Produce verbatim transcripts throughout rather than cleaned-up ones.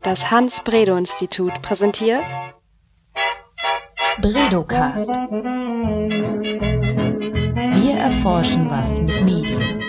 Das Hans-Bredow-Institut präsentiert Bredocast. Wir erforschen was mit Medien.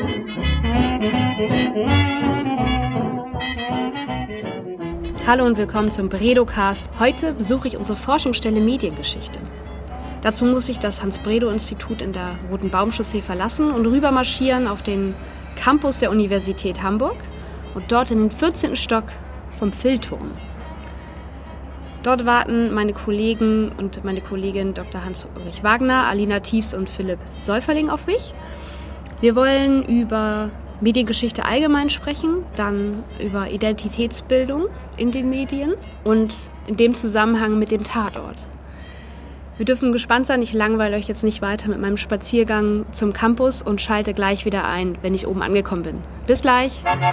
Hallo und willkommen zum Bredocast. Heute besuche ich unsere Forschungsstelle Mediengeschichte. Dazu muss ich das Hans-Bredow-Institut in der Roten Baumchaussee verlassen und rüber marschieren auf den Campus der Universität Hamburg und dort in den vierzehnten Stock vom Philturm. Dort warten meine Kollegen und meine Kollegin Doktor Hans-Ulrich Wagner, Alina Tiefs und Philipp Säuferling auf mich. Wir wollen über Mediengeschichte allgemein sprechen, dann über Identitätsbildung in den Medien und in dem Zusammenhang mit dem Tatort. Wir dürfen gespannt sein, ich langweile euch jetzt nicht weiter mit meinem Spaziergang zum Campus und schalte gleich wieder ein, wenn ich oben angekommen bin. Bis gleich!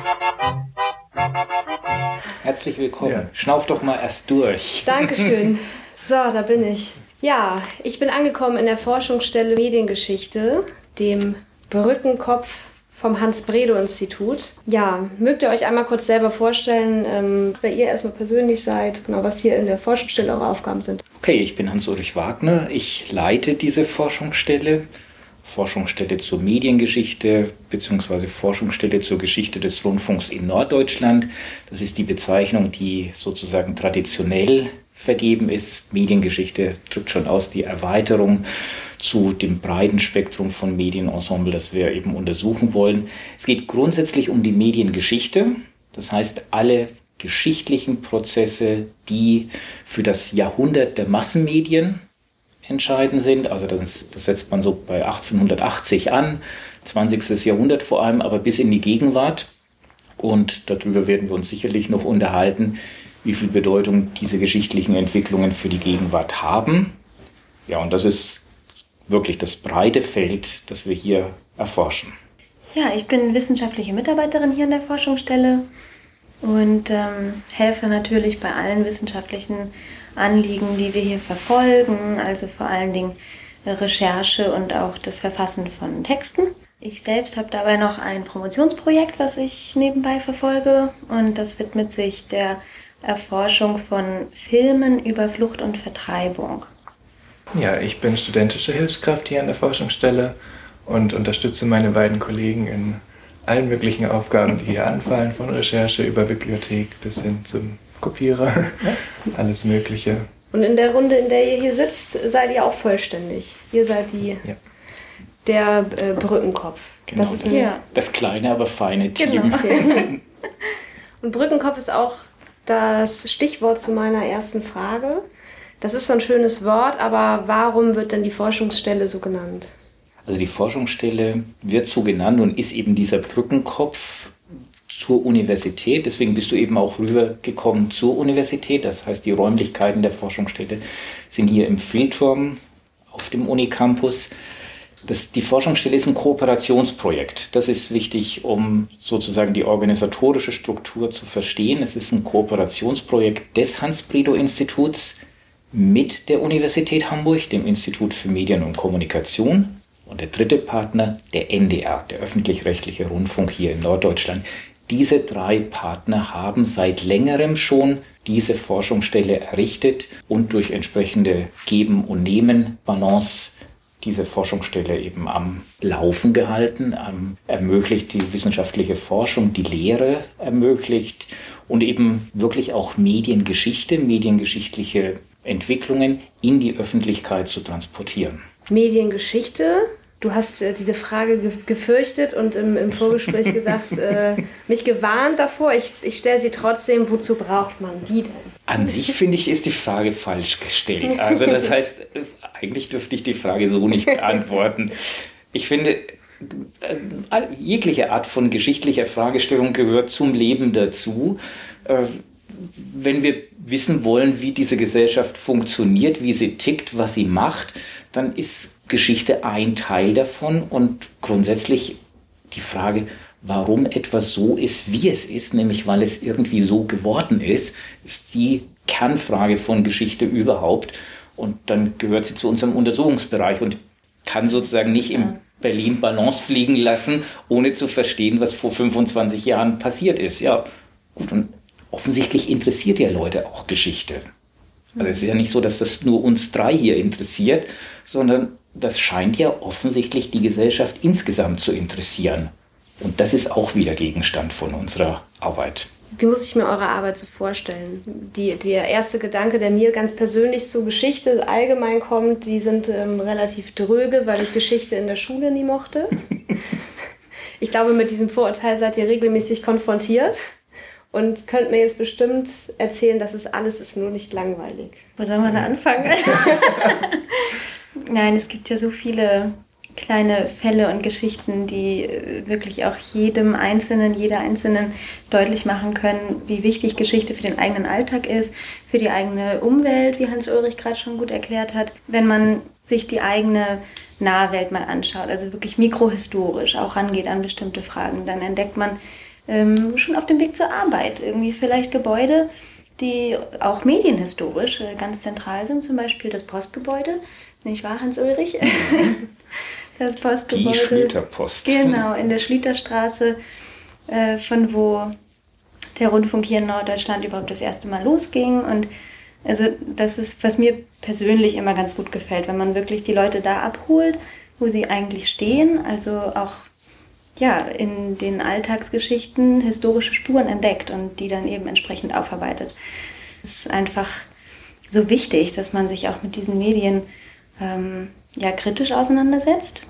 Herzlich willkommen. Ja. Schnauf doch mal erst durch. Dankeschön. So, da bin ich. Ja, ich bin angekommen in der Forschungsstelle Mediengeschichte, dem Brückenkopf vom Hans-Bredow-Institut. Ja, mögt ihr euch einmal kurz selber vorstellen, ähm, wer ihr erstmal persönlich seid, genau, was hier in der Forschungsstelle eure Aufgaben sind? Okay, ich bin Hans-Ulrich Wagner. Ich leite diese Forschungsstelle. Forschungsstelle zur Mediengeschichte bzw. Forschungsstelle zur Geschichte des Rundfunks in Norddeutschland. Das ist die Bezeichnung, die sozusagen traditionell vergeben ist. Mediengeschichte drückt schon aus die Erweiterung zu dem breiten Spektrum von Medienensemble, das wir eben untersuchen wollen. Es geht grundsätzlich um die Mediengeschichte, das heißt alle geschichtlichen Prozesse, die für das Jahrhundert der Massenmedien entscheidend sind. Also das, das setzt man so bei achtzehnhundertachtzig an, zwanzigstes Jahrhundert vor allem, aber bis in die Gegenwart. Und darüber werden wir uns sicherlich noch unterhalten, wie viel Bedeutung diese geschichtlichen Entwicklungen für die Gegenwart haben. Ja, und das ist wirklich das breite Feld, das wir hier erforschen. Ja, ich bin wissenschaftliche Mitarbeiterin hier in der Forschungsstelle und ähm, helfe natürlich bei allen wissenschaftlichen Anliegen, die wir hier verfolgen, also vor allen Dingen Recherche und auch das Verfassen von Texten. Ich selbst habe dabei noch ein Promotionsprojekt, was ich nebenbei verfolge, und das widmet sich der Erforschung von Filmen über Flucht und Vertreibung. Ja, ich bin studentische Hilfskraft hier an der Forschungsstelle und unterstütze meine beiden Kollegen in allen möglichen Aufgaben, die hier anfallen, von Recherche über Bibliothek bis hin zum Kopierer, alles Mögliche. Und in der Runde, in der ihr hier sitzt, seid ihr auch vollständig. Ihr seid die, ja. der äh, Brückenkopf. Genau, das ist das, ein, ja. das kleine, aber feine Team. Genau. Okay. Und Brückenkopf ist auch das Stichwort zu meiner ersten Frage. Das ist so ein schönes Wort, aber warum wird denn die Forschungsstelle so genannt? Also die Forschungsstelle wird so genannt und ist eben dieser Brückenkopf zur Universität. Deswegen bist du eben auch rübergekommen zur Universität. Das heißt, die Räumlichkeiten der Forschungsstelle sind hier im Philturm auf dem Unicampus. Das, die Forschungsstelle ist ein Kooperationsprojekt. Das ist wichtig, um sozusagen die organisatorische Struktur zu verstehen. Es ist ein Kooperationsprojekt des Hans-Bredow-Instituts mit der Universität Hamburg, dem Institut für Medien und Kommunikation. Und der dritte Partner, der N D R, der öffentlich-rechtliche Rundfunk hier in Norddeutschland. Diese drei Partner haben seit längerem schon diese Forschungsstelle errichtet und durch entsprechende Geben- und Nehmen-Balance diese Forschungsstelle eben am Laufen gehalten, ähm, ermöglicht die wissenschaftliche Forschung, die Lehre ermöglicht und eben wirklich auch Mediengeschichte, mediengeschichtliche Entwicklungen in die Öffentlichkeit zu transportieren. Mediengeschichte. Du hast äh, diese Frage ge- gefürchtet und im, im Vorgespräch gesagt, äh, mich gewarnt davor. Ich, ich stelle sie trotzdem. Wozu braucht man die denn? An sich, finde ich, ist die Frage falsch gestellt. Also das heißt, eigentlich dürfte ich die Frage so nicht beantworten. Ich finde, äh, jegliche Art von geschichtlicher Fragestellung gehört zum Leben dazu. Äh, wenn wir wissen wollen, wie diese Gesellschaft funktioniert, wie sie tickt, was sie macht, dann ist Geschichte ein Teil davon und grundsätzlich die Frage, warum etwas so ist, wie es ist, nämlich weil es irgendwie so geworden ist, ist die Kernfrage von Geschichte überhaupt und dann gehört sie zu unserem Untersuchungsbereich und kann sozusagen nicht im Berlin Balance fliegen lassen, ohne zu verstehen, was vor fünfundzwanzig Jahren passiert ist. Ja, gut, und offensichtlich interessiert ja Leute auch Geschichte. Also es ist ja nicht so, dass das nur uns drei hier interessiert, sondern das scheint ja offensichtlich die Gesellschaft insgesamt zu interessieren. Und das ist auch wieder Gegenstand von unserer Arbeit. Wie muss ich mir eure Arbeit so vorstellen? Die, der erste Gedanke, der mir ganz persönlich zur Geschichte allgemein kommt, die sind ähm, relativ dröge, weil ich Geschichte in der Schule nie mochte. Ich glaube, mit diesem Vorurteil seid ihr regelmäßig konfrontiert und könnt mir jetzt bestimmt erzählen, dass es alles ist, nur nicht langweilig. Wo sollen wir da anfangen? Nein, es gibt ja so viele kleine Fälle und Geschichten, die wirklich auch jedem Einzelnen, jeder Einzelnen deutlich machen können, wie wichtig Geschichte für den eigenen Alltag ist, für die eigene Umwelt, wie Hans-Ulrich gerade schon gut erklärt hat. Wenn man sich die eigene Nahwelt mal anschaut, also wirklich mikrohistorisch auch rangeht an bestimmte Fragen, dann entdeckt man ähm, schon auf dem Weg zur Arbeit irgendwie vielleicht Gebäude, die auch medienhistorisch äh, ganz zentral sind, zum Beispiel das Postgebäude, nicht wahr, Hans-Ulrich? Das Postgebäude. Die Schlüterpost. Genau, in der Schlüterstraße, äh, von wo der Rundfunk hier in Norddeutschland überhaupt das erste Mal losging. Und also das ist, was mir persönlich immer ganz gut gefällt, wenn man wirklich die Leute da abholt, wo sie eigentlich stehen, also auch ja, in den Alltagsgeschichten historische Spuren entdeckt und die dann eben entsprechend aufarbeitet. Es ist einfach so wichtig, dass man sich auch mit diesen Medien ähm, ja, kritisch auseinandersetzt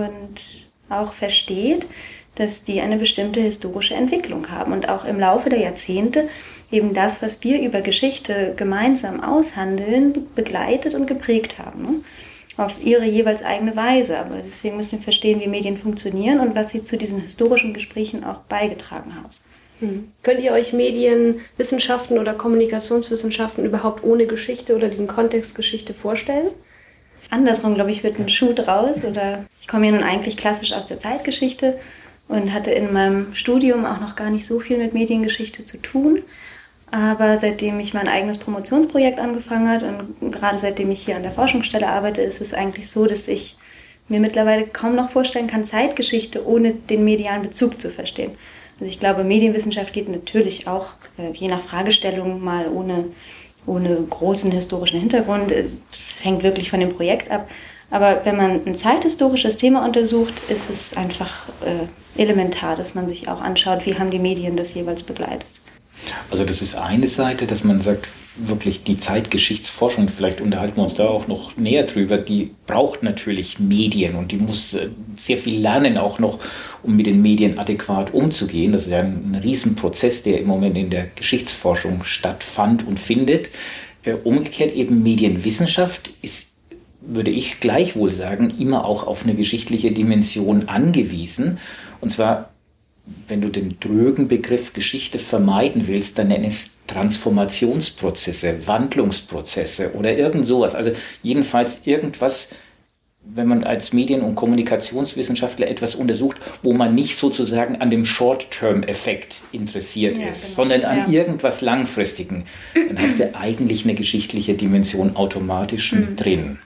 und auch versteht, dass die eine bestimmte historische Entwicklung haben und auch im Laufe der Jahrzehnte eben das, was wir über Geschichte gemeinsam aushandeln, begleitet und geprägt haben, ne? Auf ihre jeweils eigene Weise. Aber deswegen müssen wir verstehen, wie Medien funktionieren und was sie zu diesen historischen Gesprächen auch beigetragen haben. Hm. Könnt ihr euch Medienwissenschaften oder Kommunikationswissenschaften überhaupt ohne Geschichte oder diesen Kontext Geschichte vorstellen? Andersrum, glaube ich, wird ein Schuh draus. Oder ich komme ja nun eigentlich klassisch aus der Zeitgeschichte und hatte in meinem Studium auch noch gar nicht so viel mit Mediengeschichte zu tun. Aber seitdem ich mein eigenes Promotionsprojekt angefangen habe und gerade seitdem ich hier an der Forschungsstelle arbeite, ist es eigentlich so, dass ich mir mittlerweile kaum noch vorstellen kann, Zeitgeschichte ohne den medialen Bezug zu verstehen. Also ich glaube, Medienwissenschaft geht natürlich auch, je nach Fragestellung, mal ohne, ohne großen historischen Hintergrund. Es hängt wirklich von dem Projekt ab. Aber wenn man ein zeithistorisches Thema untersucht, ist es einfach äh, elementar, dass man sich auch anschaut, wie haben die Medien das jeweils begleitet. Also das ist eine Seite, dass man sagt, wirklich die Zeitgeschichtsforschung, vielleicht unterhalten wir uns da auch noch näher drüber, die braucht natürlich Medien und die muss sehr viel lernen auch noch, um mit den Medien adäquat umzugehen. Das ist ja ein Riesenprozess, der im Moment in der Geschichtsforschung stattfand und findet. Umgekehrt eben Medienwissenschaft ist, würde ich gleichwohl sagen, immer auch auf eine geschichtliche Dimension angewiesen. Und zwar, wenn du den drögen Begriff Geschichte vermeiden willst, dann nenn es Transformationsprozesse, Wandlungsprozesse oder irgend sowas. Also jedenfalls irgendwas, wenn man als Medien- und Kommunikationswissenschaftler etwas untersucht, wo man nicht sozusagen an dem Short-Term-Effekt interessiert ja, ist, genau. sondern an ja. irgendwas Langfristigen, dann hast du eigentlich eine geschichtliche Dimension automatisch mit mhm. drin.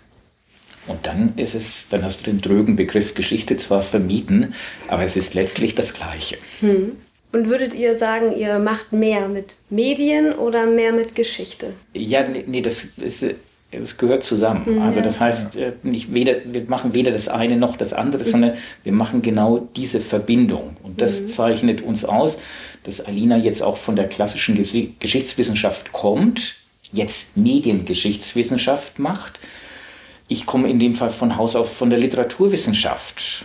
Und dann ist es, dann hast du den drögen Begriff Geschichte zwar vermieden, aber es ist letztlich das Gleiche. Hm. Und würdet ihr sagen, ihr macht mehr mit Medien oder mehr mit Geschichte? Ja, nee, nee das, ist, das gehört zusammen. Mhm. Also das heißt, nicht weder, wir machen weder das eine noch das andere, mhm. sondern wir machen genau diese Verbindung. Und das mhm. zeichnet uns aus, dass Alina jetzt auch von der klassischen Geschichtswissenschaft kommt, jetzt Mediengeschichtswissenschaft macht. Ich komme in dem Fall von Haus auf von der Literaturwissenschaft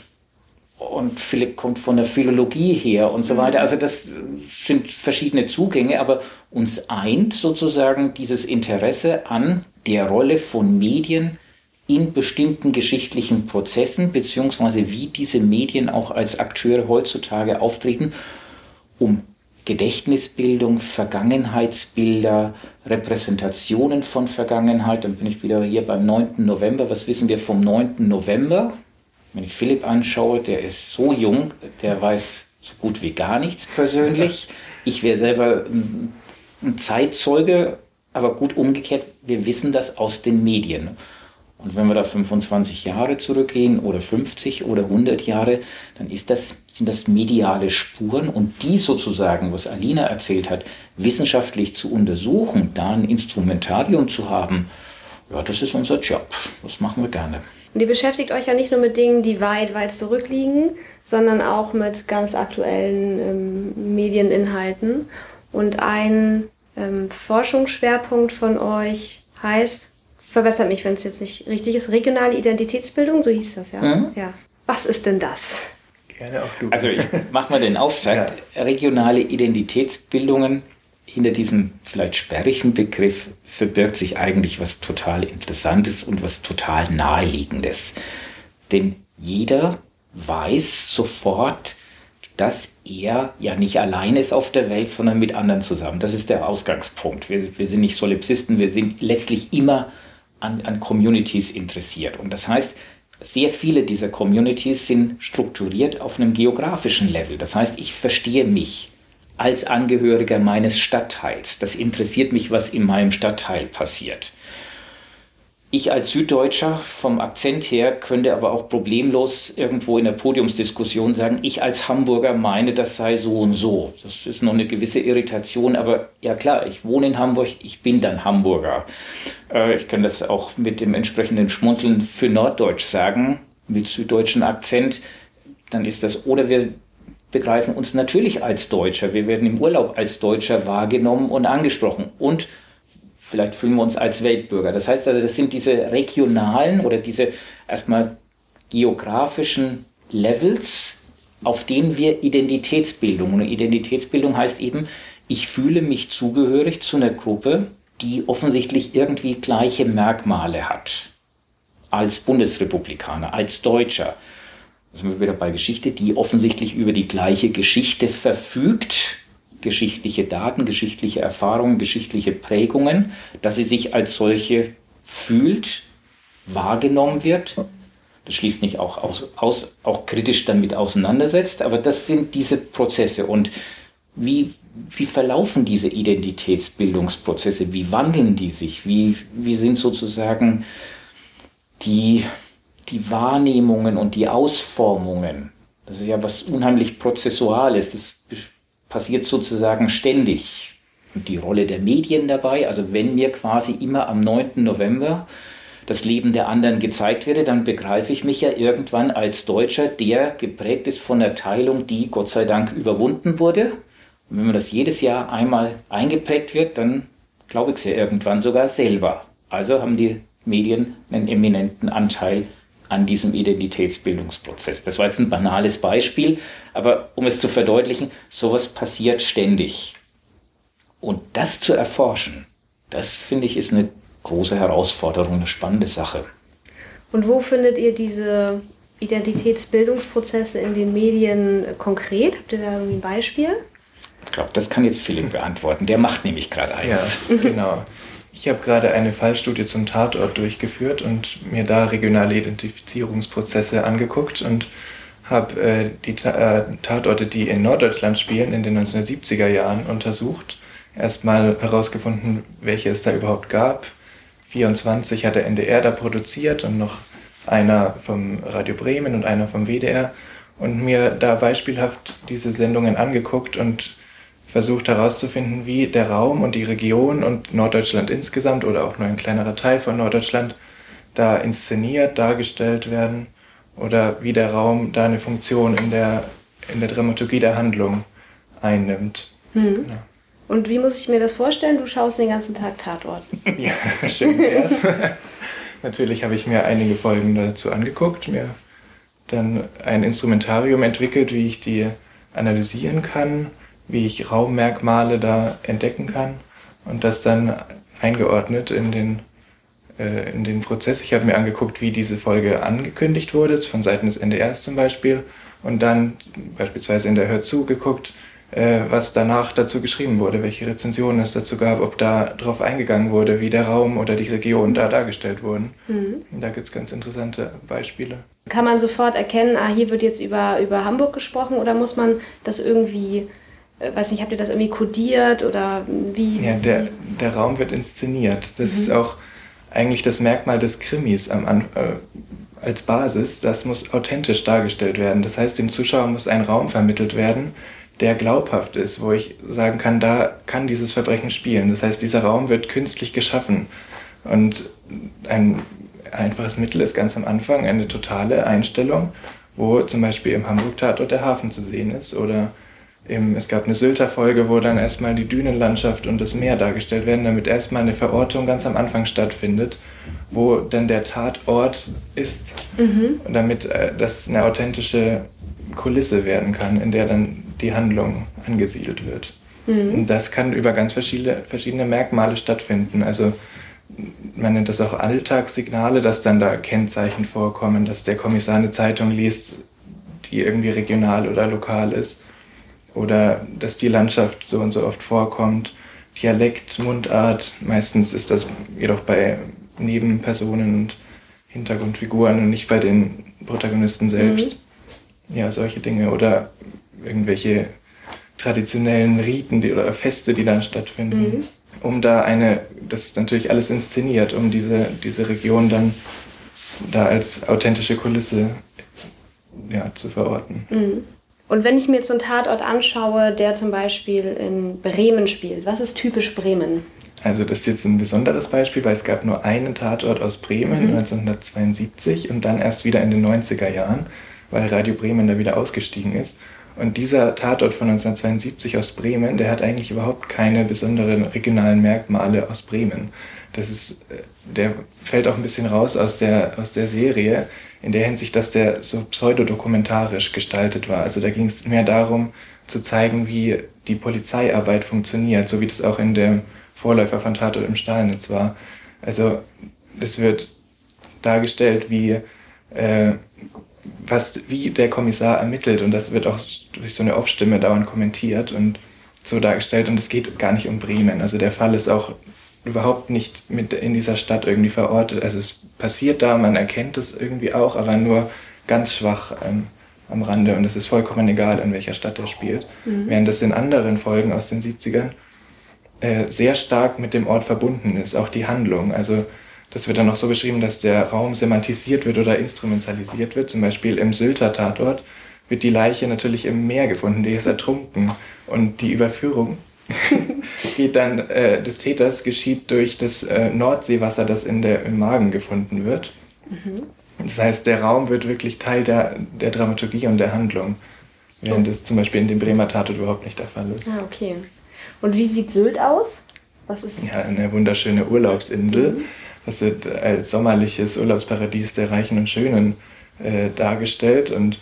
und Philipp kommt von der Philologie her und so weiter. Also das sind verschiedene Zugänge, aber uns eint sozusagen dieses Interesse an der Rolle von Medien in bestimmten geschichtlichen Prozessen, beziehungsweise wie diese Medien auch als Akteure heutzutage auftreten, um Gedächtnisbildung, Vergangenheitsbilder, Repräsentationen von Vergangenheit. Dann bin ich wieder hier beim neunten November. Was wissen wir vom neunten November? Wenn ich Philipp anschaue, der ist so jung, der weiß so gut wie gar nichts persönlich. Ich wäre selber ein Zeitzeuge, aber gut umgekehrt, wir wissen das aus den Medien. Und wenn wir da fünfundzwanzig Jahre zurückgehen oder fünfzig oder hundert Jahre, dann ist das, sind das mediale Spuren und die sozusagen, was Alina erzählt hat, wissenschaftlich zu untersuchen, da ein Instrumentarium zu haben, ja, das ist unser Job. Das machen wir gerne. Und ihr beschäftigt euch ja nicht nur mit Dingen, die weit, weit zurückliegen, sondern auch mit ganz aktuellen ähm, Medieninhalten. Und ein ähm, Forschungsschwerpunkt von euch heißt, verbessert mich, wenn es jetzt nicht richtig ist, regionale Identitätsbildung, so hieß das ja. Mhm. Ja. Was ist denn das? Gerne auch du. Also ich mach mal den Auftakt. Ja. Regionale Identitätsbildungen, hinter diesem vielleicht sperrigen Begriff verbirgt sich eigentlich was total Interessantes und was total Naheliegendes. Denn jeder weiß sofort, dass er ja nicht allein ist auf der Welt, sondern mit anderen zusammen. Das ist der Ausgangspunkt. Wir, wir sind nicht Solipsisten, wir sind letztlich immer an, an Communities interessiert. Und das heißt, sehr viele dieser Communities sind strukturiert auf einem geografischen Level. Das heißt, ich verstehe mich als Angehöriger meines Stadtteils. Das interessiert mich, was in meinem Stadtteil passiert. Ich als Süddeutscher vom Akzent her könnte aber auch problemlos irgendwo in der Podiumsdiskussion sagen, ich als Hamburger meine, das sei so und so. Das ist noch eine gewisse Irritation, aber ja klar, ich wohne in Hamburg, ich bin dann Hamburger. Äh, ich kann das auch mit dem entsprechenden Schmunzeln für Norddeutsch sagen, mit süddeutschem Akzent. Dann ist das, oder wir begreifen uns natürlich als Deutscher. Wir werden im Urlaub als Deutscher wahrgenommen und angesprochen und vielleicht fühlen wir uns als Weltbürger. Das heißt also, das sind diese regionalen oder diese erstmal geografischen Levels, auf denen wir Identitätsbildung, und Identitätsbildung heißt eben, ich fühle mich zugehörig zu einer Gruppe, die offensichtlich irgendwie gleiche Merkmale hat. Als Bundesrepublikaner, als Deutscher. Da sind wir wieder bei Geschichte, die offensichtlich über die gleiche Geschichte verfügt, geschichtliche Daten, geschichtliche Erfahrungen, geschichtliche Prägungen, dass sie sich als solche fühlt, wahrgenommen wird. Das schließt nicht auch aus, aus, auch kritisch damit auseinandersetzt, aber das sind diese Prozesse. Und wie, wie verlaufen diese Identitätsbildungsprozesse? Wie wandeln die sich? Wie, wie sind sozusagen die, die Wahrnehmungen und die Ausformungen? Das ist ja was unheimlich Prozessuales. Das passiert sozusagen ständig. Und die Rolle der Medien dabei, also wenn mir quasi immer am neunten November das Leben der anderen gezeigt wird, dann begreife ich mich ja irgendwann als Deutscher, der geprägt ist von der Teilung, die Gott sei Dank überwunden wurde. Und wenn mir das jedes Jahr einmal eingeprägt wird, dann glaube ich es ja irgendwann sogar selber. Also haben die Medien einen eminenten Anteil an diesem Identitätsbildungsprozess. Das war jetzt ein banales Beispiel, aber um es zu verdeutlichen, sowas passiert ständig. Und das zu erforschen, das finde ich ist eine große Herausforderung, eine spannende Sache. Und wo findet ihr diese Identitätsbildungsprozesse in den Medien konkret? Habt ihr da ein Beispiel? Ich glaube, das kann jetzt Philipp beantworten. Der macht nämlich gerade eins. Ja, genau. Ich habe gerade eine Fallstudie zum Tatort durchgeführt und mir da regionale Identifizierungsprozesse angeguckt und habe äh, die Ta- äh, Tatorte, die in Norddeutschland spielen, in den neunzehnhundertsiebziger Jahren untersucht. Erstmal herausgefunden, welche es da überhaupt gab. vierundzwanzig hat der N D R da produziert und noch einer vom Radio Bremen und einer vom W D R. Und mir da beispielhaft diese Sendungen angeguckt und versucht herauszufinden, wie der Raum und die Region und Norddeutschland insgesamt oder auch nur ein kleinerer Teil von Norddeutschland da inszeniert, dargestellt werden oder wie der Raum da eine Funktion in der, in der Dramaturgie der Handlung einnimmt. Hm. Ja. Und wie muss ich mir das vorstellen? Du schaust den ganzen Tag Tatort. Ja, schön wär's. Natürlich habe ich mir einige Folgen dazu angeguckt, mir dann ein Instrumentarium entwickelt, wie ich die analysieren kann, wie ich Raummerkmale da entdecken kann und das dann eingeordnet in den, äh, in den Prozess. Ich habe mir angeguckt, wie diese Folge angekündigt wurde, von Seiten des N D Rs zum Beispiel, und dann beispielsweise in der Hör zu geguckt, äh, was danach dazu geschrieben wurde, welche Rezensionen es dazu gab, ob da drauf eingegangen wurde, wie der Raum oder die Region da dargestellt wurden. Mhm. Und da gibt es ganz interessante Beispiele. Kann man sofort erkennen, ah, hier wird jetzt über, über Hamburg gesprochen, oder muss man das irgendwie, äh, weiß nicht, habt ihr das irgendwie kodiert oder wie? Ja, der, der Raum wird inszeniert. Das mhm. ist auch eigentlich das Merkmal des Krimis am An- äh, als Basis, das muss authentisch dargestellt werden. Das heißt, dem Zuschauer muss ein Raum vermittelt werden, der glaubhaft ist, wo ich sagen kann, da kann dieses Verbrechen spielen. Das heißt, dieser Raum wird künstlich geschaffen. Und ein einfaches Mittel ist ganz am Anfang eine totale Einstellung, wo zum Beispiel im Hamburg-Tatort der Hafen zu sehen ist. Oder im, es gab eine Sylter-Folge, wo dann erstmal die Dünenlandschaft und das Meer dargestellt werden, damit erstmal eine Verortung ganz am Anfang stattfindet, wo dann der Tatort ist. Mhm. Und damit äh, das eine authentische Kulisse werden kann, in der dann die Handlung angesiedelt wird. Mhm. Und das kann über ganz verschiedene, verschiedene Merkmale stattfinden. Also man nennt das auch Alltagssignale, dass dann da Kennzeichen vorkommen, dass der Kommissar eine Zeitung liest, die irgendwie regional oder lokal ist. Oder dass die Landschaft so und so oft vorkommt. Dialekt, Mundart, meistens ist das jedoch bei Nebenpersonen und Hintergrundfiguren und nicht bei den Protagonisten selbst. Mhm. Ja, solche Dinge. Oder irgendwelche traditionellen Riten die, oder Feste, die dann stattfinden. Mhm. Um da eine, das ist natürlich alles inszeniert, um diese, diese Region dann da als authentische Kulisse ja, zu verorten. Mhm. Und wenn ich mir jetzt so einen Tatort anschaue, der zum Beispiel in Bremen spielt, was ist typisch Bremen? Also das ist jetzt ein besonderes Beispiel, weil es gab nur einen Tatort aus Bremen, mhm. neunzehnhundertzweiundsiebzig und dann erst wieder in den neunziger Jahren, weil Radio Bremen da wieder ausgestiegen ist. Und dieser Tatort von neunzehnhundertzweiundsiebzig aus Bremen, der hat eigentlich überhaupt keine besonderen regionalen Merkmale aus Bremen. Das ist, der fällt auch ein bisschen raus aus der, aus der Serie, in der Hinsicht, dass der so pseudodokumentarisch gestaltet war. Also da ging es mehr darum, zu zeigen, wie die Polizeiarbeit funktioniert, so wie das auch in dem Vorläufer von Tatort im Stahlnitz war. Also es wird dargestellt, wie, äh, was, wie der Kommissar ermittelt, und das wird auch durch so eine Off-Stimme dauernd kommentiert und so dargestellt, und es geht gar nicht um Bremen. Also der Fall ist auch überhaupt nicht mit in dieser Stadt irgendwie verortet. Also es passiert da, man erkennt es irgendwie auch, aber nur ganz schwach ähm, am Rande, und es ist vollkommen egal, in welcher Stadt er spielt. Mhm. Während das in anderen Folgen aus den siebzigern äh, sehr stark mit dem Ort verbunden ist, auch die Handlung. Also das wird dann auch so beschrieben, dass der Raum semantisiert wird oder instrumentalisiert wird. Zum Beispiel im Sylter Tatort wird die Leiche natürlich im Meer gefunden, die ist ertrunken, und die Überführung geht dann, äh, des Täters geschieht durch das äh, Nordseewasser, das in der, im Magen gefunden wird. Mhm. Das heißt, der Raum wird wirklich Teil der, der Dramaturgie und der Handlung, während oh. das zum Beispiel in dem Bremer Tatort überhaupt nicht der Fall ist. Ah, okay. Und wie sieht Sylt aus? Was ist? Ja, eine wunderschöne Urlaubsinsel. Mhm. Das wird als sommerliches Urlaubsparadies der Reichen und Schönen äh, dargestellt, und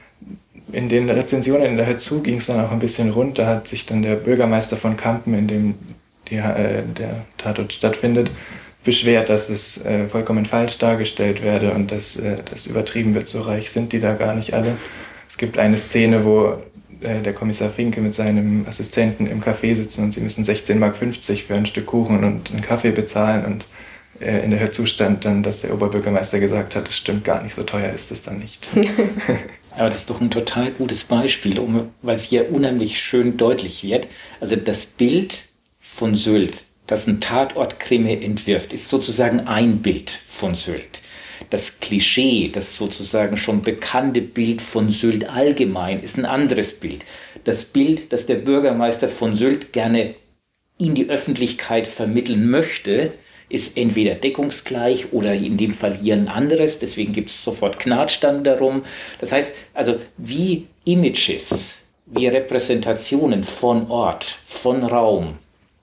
in den Rezensionen in der Hör zu ging es dann auch ein bisschen rund. Da hat sich dann der Bürgermeister von Kampen, in dem die, äh, der Tatort stattfindet, beschwert, dass es äh, vollkommen falsch dargestellt werde und dass äh, das übertrieben wird. So reich sind die da gar nicht alle. Es gibt eine Szene, wo äh, der Kommissar Finke mit seinem Assistenten im Café sitzen und sie müssen sechzehn Mark fünfzig für ein Stück Kuchen und einen Kaffee bezahlen, und äh, in der Hör zu stand dann, dass der Oberbürgermeister gesagt hat, das stimmt gar nicht, so teuer ist es dann nicht. Aber das ist doch ein total gutes Beispiel, um, weil es hier unheimlich schön deutlich wird. Also das Bild von Sylt, das ein Tatort-Krimi entwirft, ist sozusagen ein Bild von Sylt. Das Klischee, das sozusagen schon bekannte Bild von Sylt allgemein, ist ein anderes Bild. Das Bild, das der Bürgermeister von Sylt gerne in die Öffentlichkeit vermitteln möchte, ist entweder deckungsgleich oder in dem Fall hier ein anderes. Deswegen gibt es sofort Knatsch dann darum. Das heißt, also wie Images, wie Repräsentationen von Ort, von Raum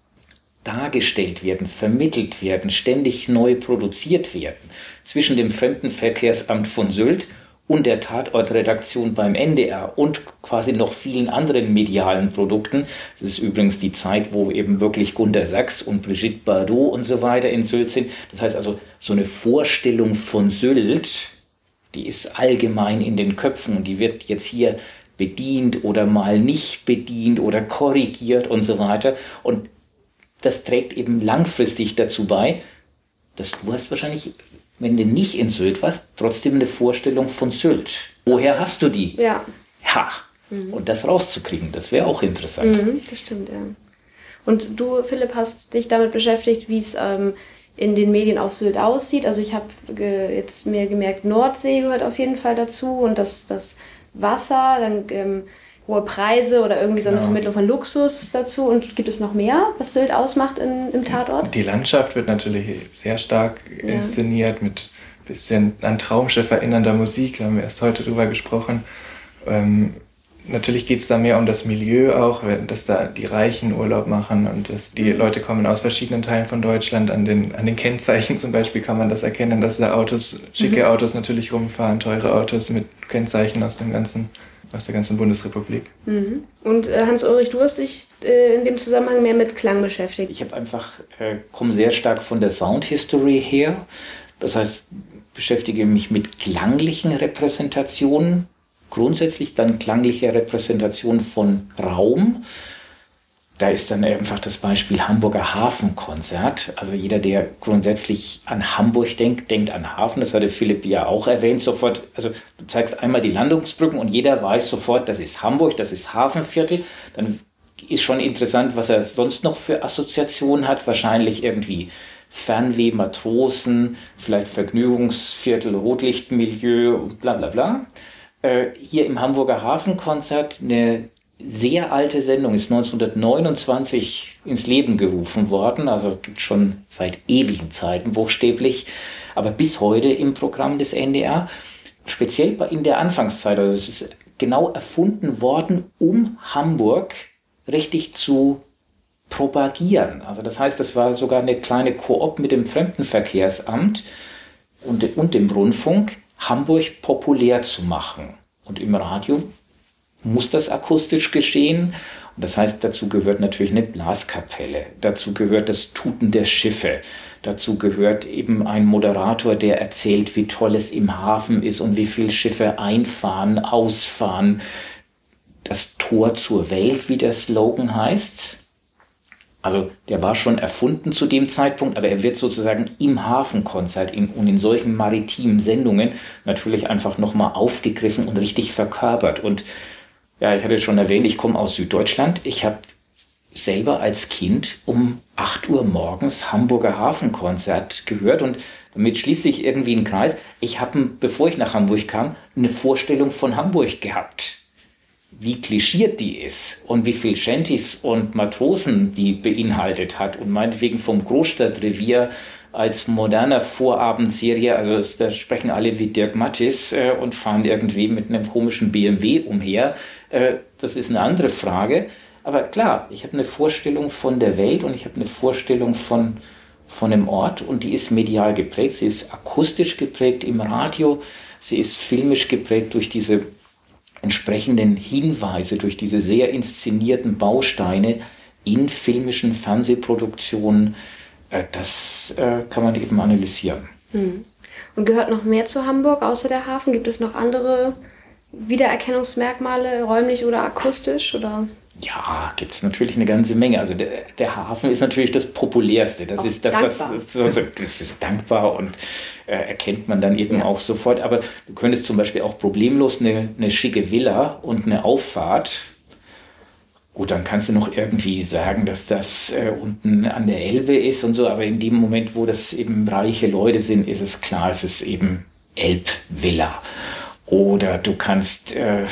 dargestellt werden, vermittelt werden, ständig neu produziert werden zwischen dem Fremdenverkehrsamt von Sylt und der Tatortredaktion beim N D R und quasi noch vielen anderen medialen Produkten. Das ist übrigens die Zeit, wo eben wirklich Gunter Sachs und Brigitte Bardot und so weiter in Sylt sind. Das heißt also, so eine Vorstellung von Sylt, die ist allgemein in den Köpfen, und die wird jetzt hier bedient oder mal nicht bedient oder korrigiert und so weiter. Und das trägt eben langfristig dazu bei, dass du hast wahrscheinlich, wenn du nicht in Sylt warst, trotzdem eine Vorstellung von Sylt. Woher hast du die? Ja. Ja. Mhm. Und das rauszukriegen, das wäre auch interessant. Mhm, das stimmt, ja. Und du, Philipp, hast dich damit beschäftigt, wie es ähm, in den Medien auf Sylt aussieht. Also ich habe ge- jetzt mir gemerkt, Nordsee gehört auf jeden Fall dazu und das, das Wasser, dann ähm, hohe Preise oder irgendwie so eine ja. Vermittlung von Luxus dazu. Und gibt es noch mehr, was Sylt ausmacht in, im Tatort? Die Landschaft wird natürlich sehr stark ja. inszeniert mit ein bisschen an Traumschiff erinnernder Musik, da haben wir erst heute drüber gesprochen. Ähm, natürlich geht es da mehr um das Milieu auch, dass da die Reichen Urlaub machen und dass die Leute kommen aus verschiedenen Teilen von Deutschland. An den, an den Kennzeichen zum Beispiel kann man das erkennen, dass da Autos, schicke mhm. Autos natürlich rumfahren, teure Autos mit Kennzeichen aus dem ganzen aus der ganzen Bundesrepublik. Mhm. Und äh, Hans-Ulrich, du hast dich äh, in dem Zusammenhang mehr mit Klang beschäftigt. Ich habe einfach, äh, komme sehr stark von der Sound History her. Das heißt, beschäftige mich mit klanglichen Repräsentationen, grundsätzlich dann klangliche Repräsentation von Raum. Da ist dann einfach das Beispiel Hamburger Hafenkonzert. Also jeder, der grundsätzlich an Hamburg denkt, denkt an Hafen. Das hatte Philipp ja auch erwähnt. Sofort, also du zeigst einmal die Landungsbrücken und jeder weiß sofort, das ist Hamburg, das ist Hafenviertel. Dann ist schon interessant, was er sonst noch für Assoziationen hat. Wahrscheinlich irgendwie Fernweh, Matrosen, vielleicht Vergnügungsviertel, Rotlichtmilieu und bla bla bla. Äh, hier im Hamburger Hafenkonzert eine sehr alte Sendung, ist neunzehnhundertneunundzwanzig ins Leben gerufen worden, also gibt schon seit ewigen Zeiten buchstäblich, aber bis heute im Programm des N D R, speziell in der Anfangszeit, also es ist genau erfunden worden, um Hamburg richtig zu propagieren. Also das heißt, das war sogar eine kleine Koop mit dem Fremdenverkehrsamt und, und dem Rundfunk, Hamburg populär zu machen. Und im Radio muss das akustisch geschehen. Und das heißt, dazu gehört natürlich eine Blaskapelle, dazu gehört das Tuten der Schiffe, dazu gehört eben ein Moderator, der erzählt, wie toll es im Hafen ist und wie viele Schiffe einfahren, ausfahren. Das Tor zur Welt, wie der Slogan heißt. Also der war schon erfunden zu dem Zeitpunkt, aber er wird sozusagen im Hafenkonzert in, und in solchen maritimen Sendungen natürlich einfach nochmal aufgegriffen und richtig verkörpert. Und ja, ich hatte schon erwähnt, ich komme aus Süddeutschland. Ich habe selber als Kind um acht Uhr morgens Hamburger Hafenkonzert gehört und damit schließt sich irgendwie ein Kreis. Ich habe, bevor ich nach Hamburg kam, eine Vorstellung von Hamburg gehabt. Wie klischiert die ist und wie viel Shanties und Matrosen die beinhaltet hat und meinetwegen vom Großstadtrevier als moderner Vorabendserie, also da sprechen alle wie Dirk Mattis äh, und fahren irgendwie mit einem komischen B M W umher. Äh, das ist eine andere Frage. Aber klar, ich habe eine Vorstellung von der Welt und ich habe eine Vorstellung von, von einem Ort und die ist medial geprägt. Sie ist akustisch geprägt im Radio, sie ist filmisch geprägt durch diese entsprechenden Hinweise, durch diese sehr inszenierten Bausteine in filmischen Fernsehproduktionen. Das äh, kann man eben analysieren. Hm. Und gehört noch mehr zu Hamburg außer der Hafen? Gibt es noch andere Wiedererkennungsmerkmale, räumlich oder akustisch? Oder? Ja, gibt es natürlich eine ganze Menge. Also der, der Hafen ist natürlich das Populärste. Das auch ist das, dankbar. was so, so, das ist dankbar und äh, erkennt man dann eben ja. auch sofort. Aber du könntest zum Beispiel auch problemlos eine, eine schicke Villa und eine Auffahrt. Gut, dann kannst du noch irgendwie sagen, dass das äh, unten an der Elbe ist und so, aber in dem Moment, wo das eben reiche Leute sind, ist es klar, es ist eben Elbvilla. Oder du kannst äh,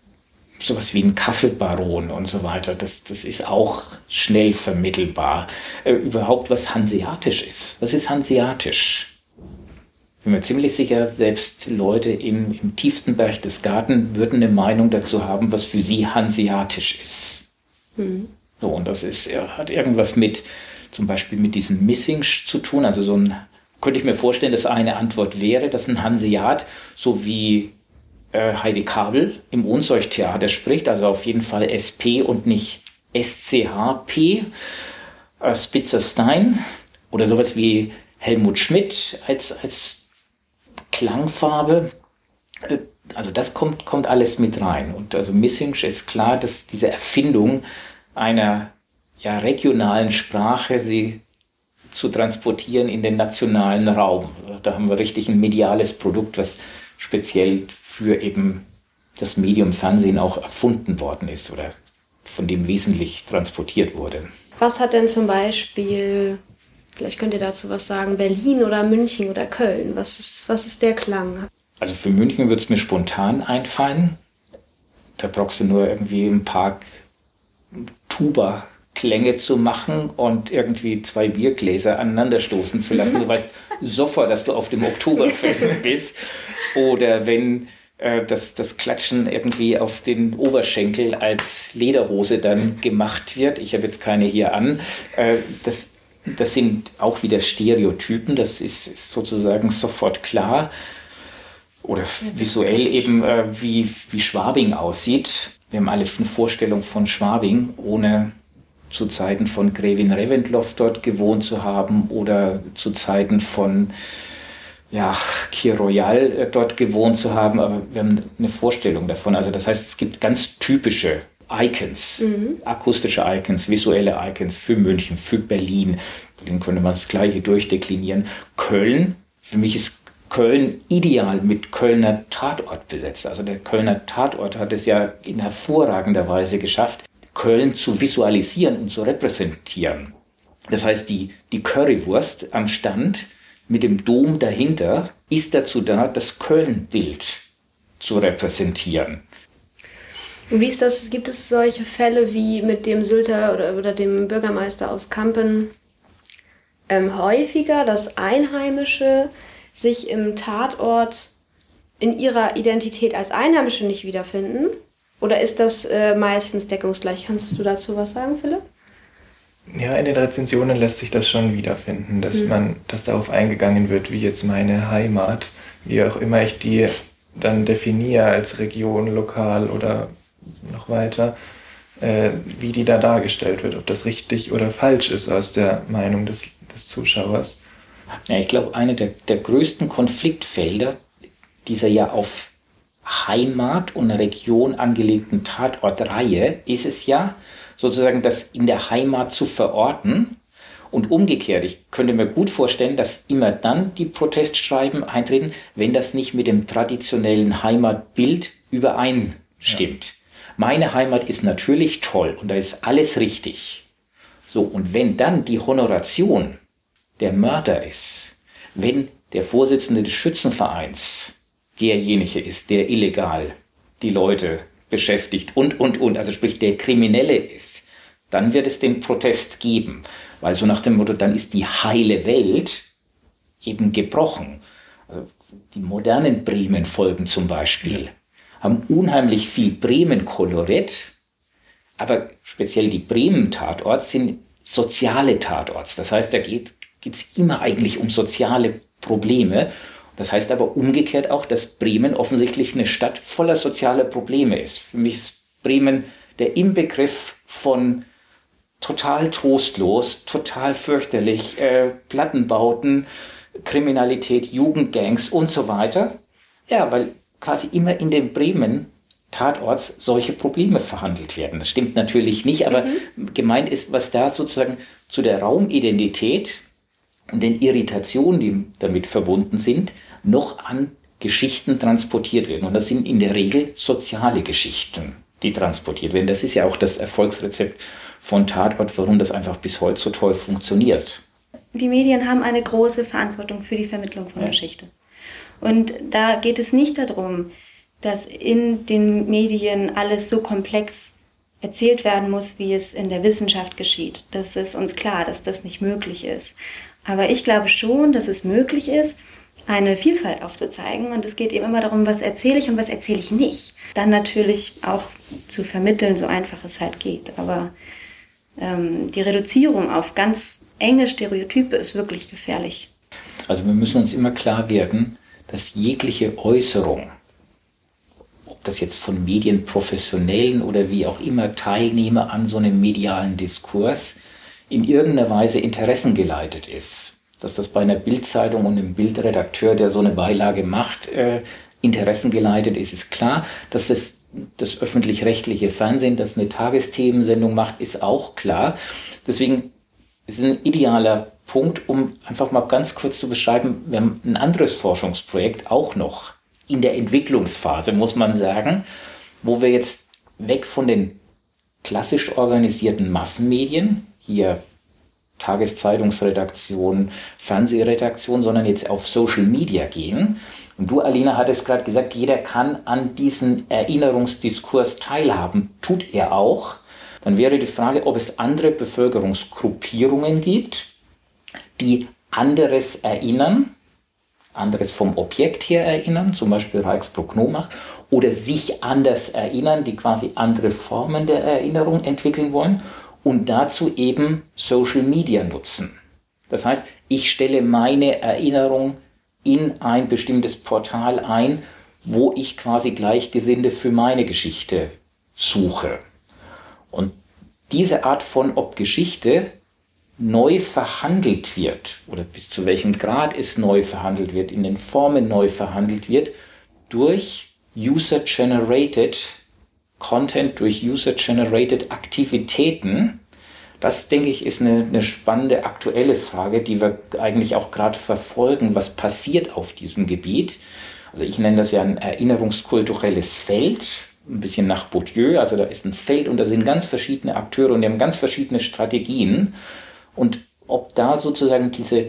sowas wie ein Kaffeebaron und so weiter, das, das ist auch schnell vermittelbar. Äh, überhaupt, was hanseatisch ist. Was ist hanseatisch? Ich bin mir ziemlich sicher, selbst Leute im, im tiefsten Berchtesgaden würden eine Meinung dazu haben, was für sie hanseatisch ist. Mhm. So, und das ist, er hat irgendwas mit, zum Beispiel mit diesem Missing zu tun. Also so ein, könnte ich mir vorstellen, dass eine Antwort wäre, dass ein Hanseat, so wie äh, Heidi Kabel im Ohnsorg-Theater spricht, also auf jeden Fall S P und nicht S C H P, äh, Spitzer Stein oder sowas wie Helmut Schmidt als, als Klangfarbe. Äh, Also das kommt, kommt alles mit rein. Und also Missing ist klar, dass diese Erfindung einer ja, regionalen Sprache, sie zu transportieren in den nationalen Raum. Da haben wir richtig ein mediales Produkt, was speziell für eben das Medium Fernsehen auch erfunden worden ist oder von dem wesentlich transportiert wurde. Was hat denn zum Beispiel Vielleicht könnt ihr dazu was sagen. Berlin oder München oder Köln? Was ist, was ist der Klang? Also für München würde es mir spontan einfallen. Da brauchst du nur irgendwie im Park Tuba-Klänge zu machen und irgendwie zwei Biergläser aneinanderstoßen zu lassen. Du weißt sofort, dass du auf dem Oktoberfest bist. Oder wenn äh, das, das Klatschen irgendwie auf den Oberschenkel als Lederhose dann gemacht wird. Ich habe jetzt keine hier an. Äh, das, das sind auch wieder Stereotypen. Das ist, ist sozusagen sofort klar. Oder visuell eben, äh, wie, wie Schwabing aussieht. Wir haben alle eine Vorstellung von Schwabing, ohne zu Zeiten von Gräfin Reventlow dort gewohnt zu haben oder zu Zeiten von ja, Kir Royal äh, dort gewohnt zu haben. Aber wir haben eine Vorstellung davon. Also das heißt, es gibt ganz typische Icons, mhm. akustische Icons, visuelle Icons für München, für Berlin. Berlin könnte man das Gleiche durchdeklinieren. Köln, für mich ist Köln ideal mit Kölner Tatort besetzt. Also der Kölner Tatort hat es ja in hervorragender Weise geschafft, Köln zu visualisieren und zu repräsentieren. Das heißt, die, die Currywurst am Stand mit dem Dom dahinter ist dazu da, das Köln-Bild zu repräsentieren. Und wie ist das? Gibt es solche Fälle wie mit dem Sylter oder, oder dem Bürgermeister aus Kampen ähm, häufiger, dass Einheimische sich im Tatort in ihrer Identität als Einheimische nicht wiederfinden? Oder ist das äh, meistens deckungsgleich? Kannst du dazu was sagen, Philipp? Ja, in den Rezensionen lässt sich das schon wiederfinden, dass mhm. man, dass darauf eingegangen wird, wie jetzt meine Heimat, wie auch immer ich die dann definiere als Region, lokal oder noch weiter, äh, wie die da dargestellt wird, ob das richtig oder falsch ist aus der Meinung des, des Zuschauers. Ja, ich glaube, eine der, der größten Konfliktfelder dieser ja auf Heimat und Region angelegten Tatortreihe ist es ja, sozusagen das in der Heimat zu verorten. Und umgekehrt, ich könnte mir gut vorstellen, dass immer dann die Protestschreiben eintreten, wenn das nicht mit dem traditionellen Heimatbild übereinstimmt. Ja. Meine Heimat ist natürlich toll und da ist alles richtig. So, und wenn dann die Honoration der Mörder ist, wenn der Vorsitzende des Schützenvereins derjenige ist, der illegal die Leute beschäftigt und, und, und, also sprich der Kriminelle ist, dann wird es den Protest geben. Weil so nach dem Motto, dann ist die heile Welt eben gebrochen. Also die modernen Bremen-Folgen zum Beispiel haben unheimlich viel Bremen-Kolorit, aber speziell die Bremen-Tatorts sind soziale Tatorts. Das heißt, da geht geht es immer eigentlich um soziale Probleme. Das heißt aber umgekehrt auch, dass Bremen offensichtlich eine Stadt voller sozialer Probleme ist. Für mich ist Bremen der Inbegriff von total trostlos, total fürchterlich, äh, Plattenbauten, Kriminalität, Jugendgangs und so weiter. Ja, weil quasi immer in den Bremen Tatorts solche Probleme verhandelt werden. Das stimmt natürlich nicht, aber mhm. gemeint ist, was da sozusagen zu der Raumidentität und den Irritationen, die damit verbunden sind, noch an Geschichten transportiert werden. Und das sind in der Regel soziale Geschichten, die transportiert werden. Das ist ja auch das Erfolgsrezept von Tatort, warum das einfach bis heute so toll funktioniert. Die Medien haben eine große Verantwortung für die Vermittlung von ja. Geschichte. Und da geht es nicht darum, dass in den Medien alles so komplex erzählt werden muss, wie es in der Wissenschaft geschieht. Das ist uns klar, dass das nicht möglich ist. Aber ich glaube schon, dass es möglich ist, eine Vielfalt aufzuzeigen. Und es geht eben immer darum, was erzähle ich und was erzähle ich nicht. Dann natürlich auch zu vermitteln, so einfach es halt geht. Aber ähm, die Reduzierung auf ganz enge Stereotype ist wirklich gefährlich. Also wir müssen uns immer klar werden, dass jegliche Äußerung, ob das jetzt von Medienprofessionellen oder wie auch immer Teilnehmer an so einem medialen Diskurs in irgendeiner Weise interessengeleitet ist. Dass das bei einer Bildzeitung und einem Bildredakteur, der so eine Beilage macht, äh, interessengeleitet ist, ist klar. Dass das, das öffentlich-rechtliche Fernsehen, das eine Tagesthemensendung macht, ist auch klar. Deswegen ist es ein idealer Punkt, um einfach mal ganz kurz zu beschreiben, wir haben ein anderes Forschungsprojekt auch noch in der Entwicklungsphase, muss man sagen, wo wir jetzt weg von den klassisch organisierten Massenmedien, hier Tageszeitungsredaktion, Fernsehredaktion, sondern jetzt auf Social Media gehen. Und du, Alina, hattest gerade gesagt, jeder kann an diesem Erinnerungsdiskurs teilhaben. Tut er auch. Dann wäre die Frage, ob es andere Bevölkerungsgruppierungen gibt, die anderes erinnern, anderes vom Objekt her erinnern, zum Beispiel Reichsbruck-Nomach, oder sich anders erinnern, die quasi andere Formen der Erinnerung entwickeln wollen und dazu eben Social Media nutzen. Das heißt, ich stelle meine Erinnerung in ein bestimmtes Portal ein, wo ich quasi Gleichgesinnte für meine Geschichte suche. Und diese Art von, ob Geschichte neu verhandelt wird oder bis zu welchem Grad es neu verhandelt wird, in den Formen neu verhandelt wird, durch User-Generated Content, durch User-Generated Aktivitäten. Das, denke ich, ist eine, eine spannende aktuelle Frage, die wir eigentlich auch gerade verfolgen. Was passiert auf diesem Gebiet? Also ich nenne das ja ein erinnerungskulturelles Feld, ein bisschen nach Bourdieu. Also da ist ein Feld und da sind ganz verschiedene Akteure und die haben ganz verschiedene Strategien. Und ob da sozusagen diese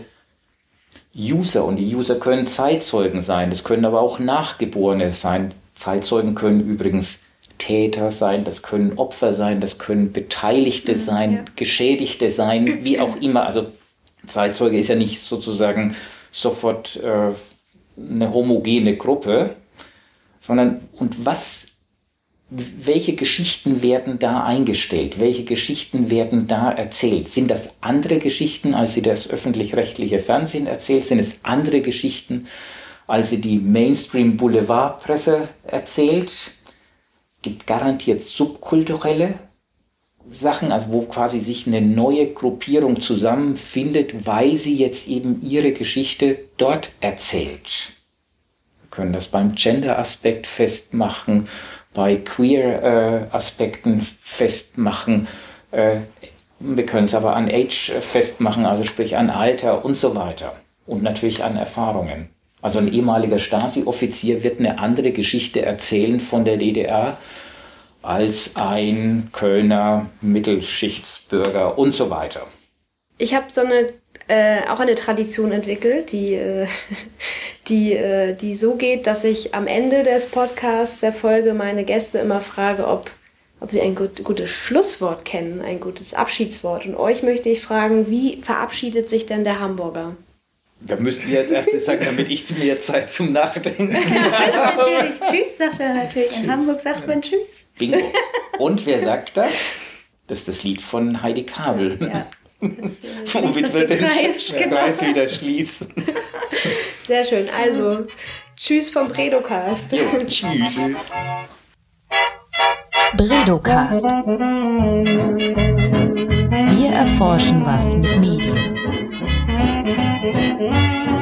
User, und die User können Zeitzeugen sein, das können aber auch Nachgeborene sein. Zeitzeugen können übrigens Täter sein, das können Opfer sein, das können Beteiligte sein, ja. Geschädigte sein, wie auch immer. Also Zeitzeuge ist ja nicht sozusagen sofort äh, eine homogene Gruppe, sondern und was, welche Geschichten werden da eingestellt? Welche Geschichten werden da erzählt? Sind das andere Geschichten, als sie das öffentlich-rechtliche Fernsehen erzählt? Sind es andere Geschichten, als sie die Mainstream-Boulevardpresse erzählt? Gibt garantiert subkulturelle Sachen, also wo quasi sich eine neue Gruppierung zusammenfindet, weil sie jetzt eben ihre Geschichte dort erzählt. Wir können das beim Gender-Aspekt festmachen, bei Queer-Aspekten äh, festmachen. Äh, wir können es aber an Age festmachen, also sprich an Alter und so weiter. Und natürlich an Erfahrungen. Also ein ehemaliger Stasi-Offizier wird eine andere Geschichte erzählen von der D D R als ein Kölner Mittelschichtsbürger und so weiter. Ich habe so eine äh, auch eine Tradition entwickelt, die, äh, die, äh, die so geht, dass ich am Ende des Podcasts, der Folge, meine Gäste immer frage, ob, ob sie ein gut, gutes Schlusswort kennen, ein gutes Abschiedswort. Und euch möchte ich fragen, wie verabschiedet sich denn der Hamburger? Da müsst ihr jetzt erst sagen, damit ich mir Zeit zum Nachdenken habe. Natürlich. Tschüss, sagt er natürlich. In Hamburg sagt man Tschüss. Bingo. Und wer sagt das? Das ist das Lied von Heidi Kabel. Ja. Das, äh, Womit wir den Kreis, genau. Kreis wieder schließen. Sehr schön. Also, tschüss vom Bredocast. Jo, tschüss. Bredocast. Wir erforschen was mit Medien.